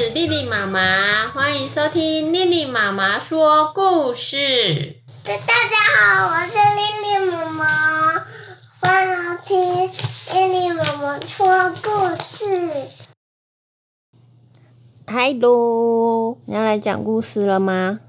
莉莉妈妈，欢迎收听莉莉妈妈说故事。 大家好，我是莉莉妈妈，欢迎听莉莉妈妈说故事。 嗨喽，你要来讲故事了吗？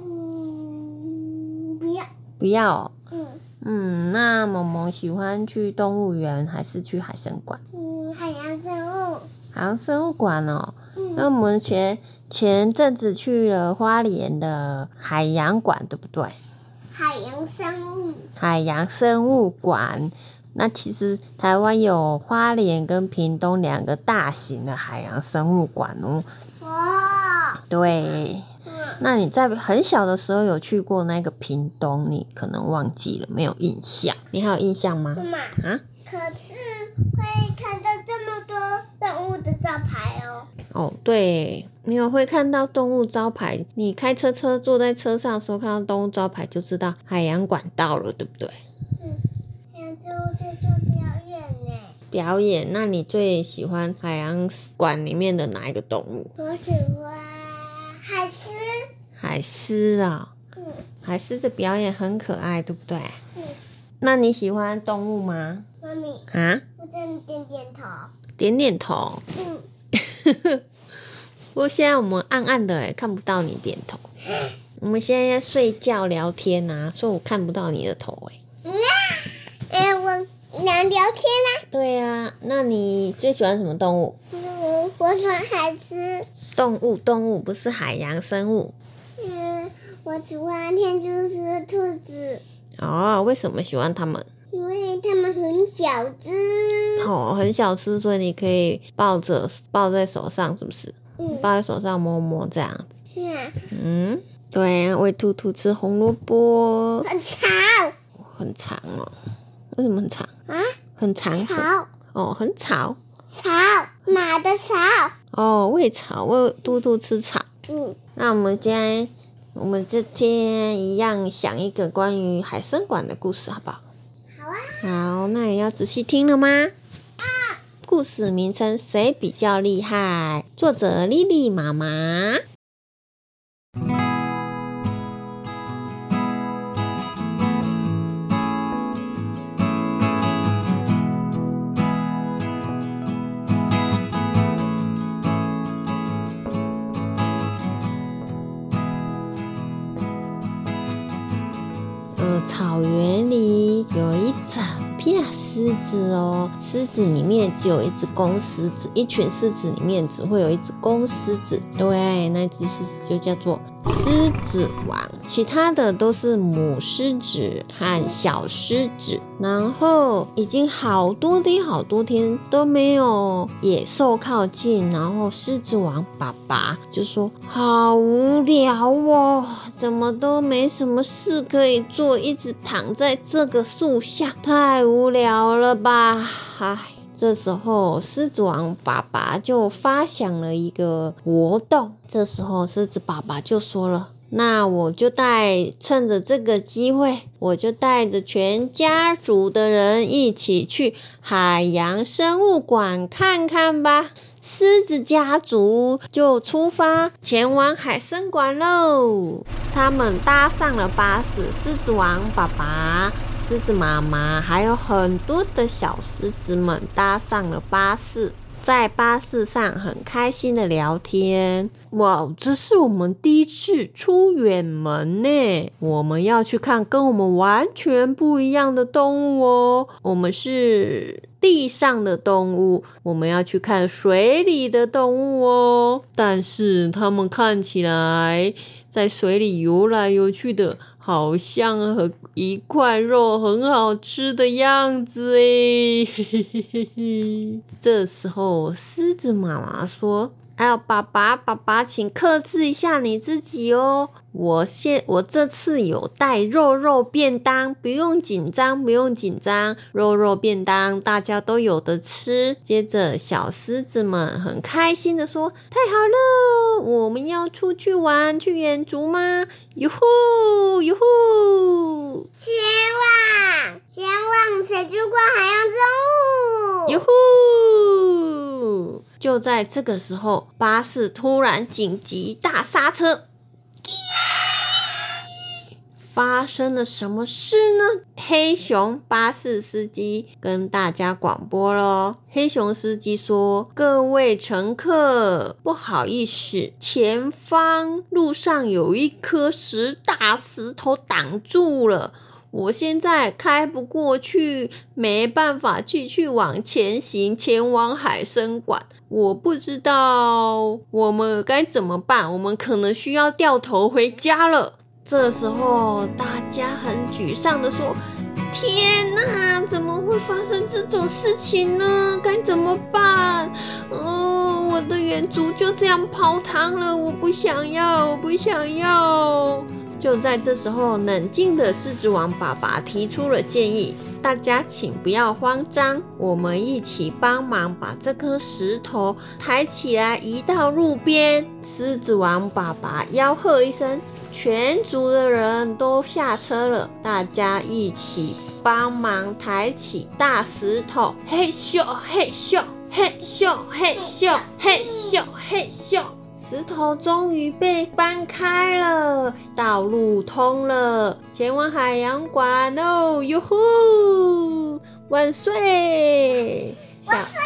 不要。 不要哦。那萌萌喜欢去动物园还是去海参馆？ 海洋生物。 海洋生物馆哦。那我们前阵子去了花莲的海洋馆，对不对？ 海洋生物。 海洋生物馆。那其实台湾有花莲跟屏东两个大型的海洋生物馆哦。 哇。 对。那你在很小的时候有去过那个屏东，你可能忘记了，没有印象。你还有印象吗？ 妈妈啊？可是会看到这么多动物的招牌哦。 哦，对，你有会看到动物招牌，你开车坐在车上的时候看到动物招牌就知道海洋馆到了，对不对？ 海洋生物在做表演呢。 表演？那你最喜欢海洋馆里面的哪一个动物？ 我喜欢海狮。 海狮啊。海狮的表演很可爱，对不对？那你喜欢动物吗？ 妈咪啊？ 我叫你点点头。 点点头。不过现在我们暗暗的看不到你点头。我们现在在睡觉聊天啊，所以我看不到你的头我们聊天啦。 对啊，那你最喜欢什么动物？ 我喜欢海狮。 动物不是海洋生物。 我喜欢天竺鼠的兔子。 哦，为什么喜欢它们？ 因为它们很小只。 很小只，所以你可以抱在手上，是不是？抱在手上摸摸这样子。对啊，喂兔兔吃红萝卜。 很长。 很长哦。为什么很长？很长。 草。 很吵。 草，马的草。 喂草，喂兔兔吃草。那我们今天一样想一个关于海参馆的故事，好不好？ 好啊。 好，那你要仔细听了吗？故事名称谁比较厉害？作者莉莉妈妈。草原里有一整片狮子哦，狮子里面只有一只公狮子，一群狮子里面只会有一只公狮子，对，那只狮子就叫做狮子王，其他的都是母狮子和小狮子。然后已经好多天都没有野兽靠近，然后狮子王爸爸就说好无聊哦，怎么都没什么事可以做，一直躺在这个树下，太无聊了吧。这时候狮子王爸爸就发想了一个活动，这时候狮子爸爸就说了，那我就趁着这个机会，我就带着全家族的人一起去海洋生物馆看看吧。狮子家族就出发前往海参馆喽。他们搭上了巴士，狮子王爸爸、狮子妈妈还有很多的小狮子们搭上了巴士，在巴士上很开心的聊天。哇，这是我们第一次出远门呢，我们要去看跟我们完全不一样的动物哦。我们是地上的动物，我们要去看水里的动物哦。但是它们看起来在水里游来游去的，好像一块肉很好吃的样子耶。这时候狮子妈妈说，爸爸请克制一下你自己哦，我这次有带肉便当，不用紧张，肉便当大家都有得吃。接着小狮子们很开心的说，太好了，我们要出去玩，去远足吗？哟呼哟呼，前往水族馆海洋生物，哟呼， 就在这个时候，巴士突然紧急大刹车。发生了什么事呢？黑熊巴士司机跟大家广播咯。黑熊司机说：各位乘客，不好意思，前方路上有一颗大石头挡住了，我现在开不过去，没办法继续往前行，前往海参馆。我不知道我们该怎么办，我们可能需要掉头回家了。这时候大家很沮丧的说：天哪，怎么会发生这种事情呢？该怎么办？我的远足就这样泡汤了，我不想要。就在这时候，冷静的狮子王爸爸提出了建议：大家请不要慌张，我们一起帮忙把这颗石头抬起来，移到路边。狮子王爸爸吆喝一声，全族的人都下车了，大家一起帮忙抬起大石头。嘿咻嘿咻嘿咻嘿咻嘿咻嘿咻，石头终于被搬开了，道路通了，前往海洋馆哦！哟呼，万岁！ 万岁！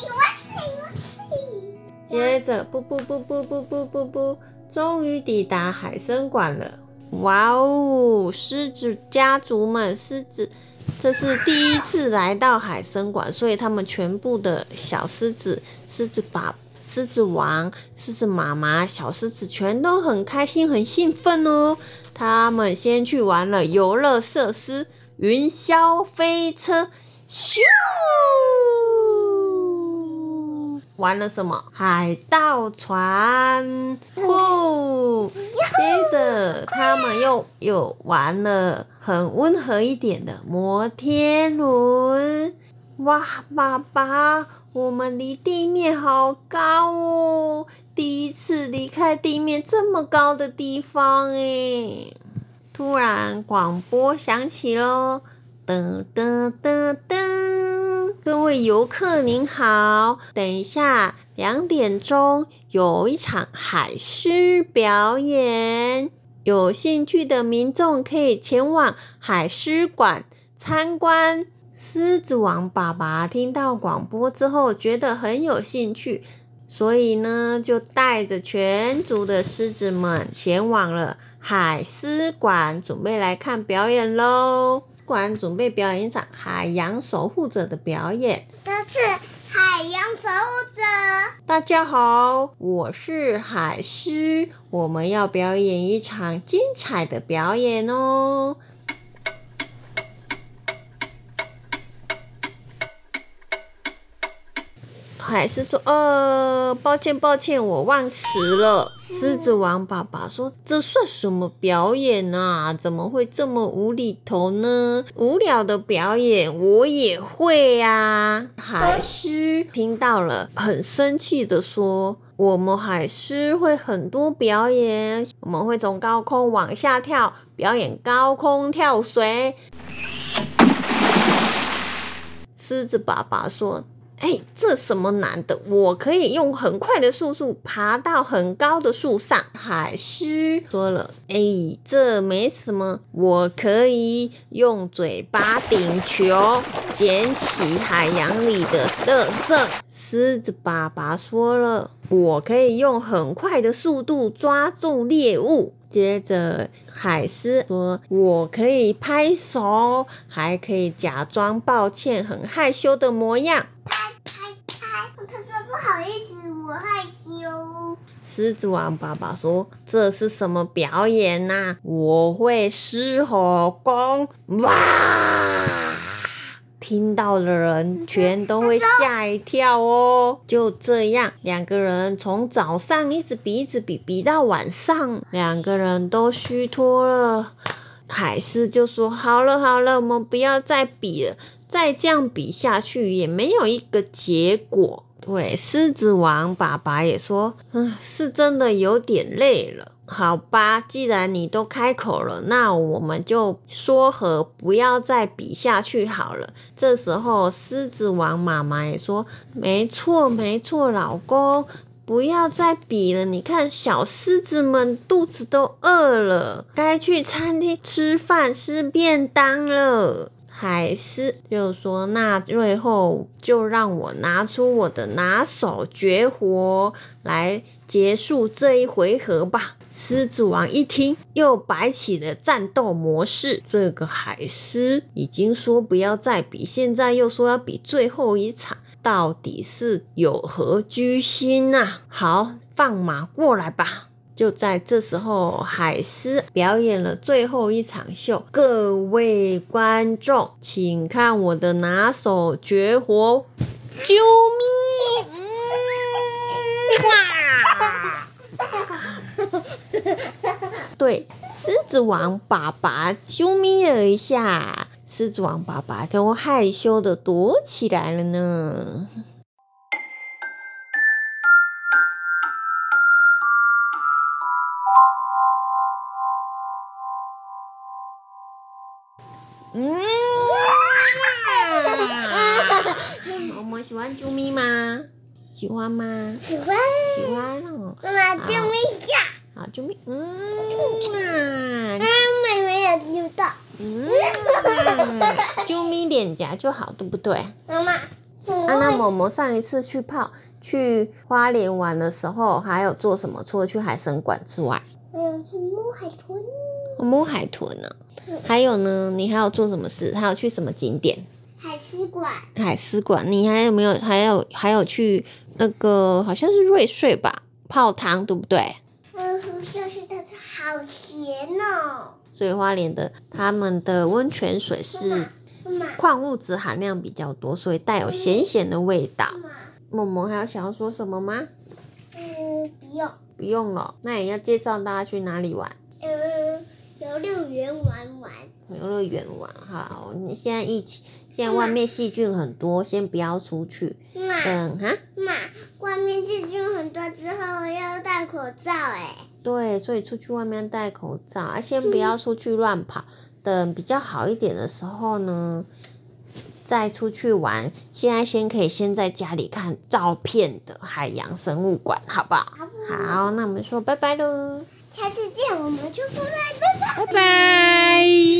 接着，不，终于抵达海参馆了。哇哦，狮子家族们，这是第一次来到海参馆，所以他们全部的小狮子、狮子王、狮子妈妈、小狮子全都很开心、很兴奋哦。他们先去玩了游乐设施云霄飞车，咻！玩了什么？海盗船，接着他们又玩了很温和一点的摩天轮。哇，爸爸，我们离地面好高哦！第一次离开地面这么高的地方耶。突然广播响起咯，噔噔噔噔，各位游客您好，等一下2点钟有一场海狮表演，有兴趣的民众可以前往海狮馆参观。狮子王爸爸听到广播之后觉得很有兴趣，所以呢就带着全族的狮子们前往了海狮馆，准备来看表演咯。馆准备表演一场海洋守护者的表演。 这是海洋守护者。 大家好，我是海狮，我们要表演一场精彩的表演哦。海狮说：抱歉，我忘词了。狮子王爸爸说：这算什么表演啊？怎么会这么无厘头呢？无聊的表演我也会啊。海狮听到了，很生气的说：我们海狮会很多表演，我们会从高空往下跳，表演高空跳水。狮子爸爸说：这什么难的？我可以用很快的速度爬到很高的树上。海狮说了：这没什么，我可以用嘴巴顶球，捡起海洋里的垃圾。狮子爸爸说了：我可以用很快的速度抓住猎物。接着海狮说：我可以拍手，还可以假装抱歉很害羞的模样。 他说不好意思，我害羞。 狮子王爸爸说：这是什么表演啊？我会狮吼功。哇！听到的人全都会吓一跳哦。就这样，2个人从早上一直比到晚上，2个人都虚脱了。海狮就说：好了，我们不要再比了，再这样比下去也没有一个结果。对，狮子王爸爸也说：是真的有点累了。 好吧，既然你都开口了，那我们就说和，不要再比下去好了。这时候狮子王妈妈也说，没错没错，老公，不要再比了，你看小狮子们肚子都饿了，该去餐厅吃饭吃便当了。海狮就说，那最后就让我拿出我的拿手绝活来结束这一回合吧。狮子王一听，又摆起了战斗模式。这个海狮已经说不要再比，现在又说要比最后一场，到底是有何居心啊？好，放马过来吧。就在这时候，海狮表演了最后一场秀，各位观众，请看我的拿手绝活，啾咪！对，狮子王爸爸啾咪了一下，狮子王爸爸就害羞的躲起来了呢。我们喜欢啾咪吗？喜欢吗？ 喜欢。 喜欢哦。 妈妈啾咪呀！ 好，啾咪。 妹妹也知道。 啾咪脸颊就好，对不对？ 妈妈。 那某某上一次去花莲玩的时候，还有做什么？除了去海参馆之外， 去摸海豚。 摸海豚呢？还有呢？你还有做什么事？还有去什么景点？ 海狮馆。 海狮馆，你还有没有？还有去那个好像是瑞穗吧，泡汤，对不对？ 就是它好甜哦。 所以花莲的他们的温泉水是矿物质含量比较多，所以带有咸咸的味道。默默还有想要说什么吗？ 不用。 不用了，那也要介绍大家去哪里玩？ 游乐园玩。 游乐园玩，好，你现在外面细菌很多，先不要出去。 妈，外面细菌很多之后要戴口罩对，所以出去外面戴口罩，先不要出去乱跑。等比较好一点的时候呢，再出去玩。现在先在家里看照片的海洋生物馆，好不好？好，那我们说拜拜喽。 下次见，我们就拜拜。 拜拜。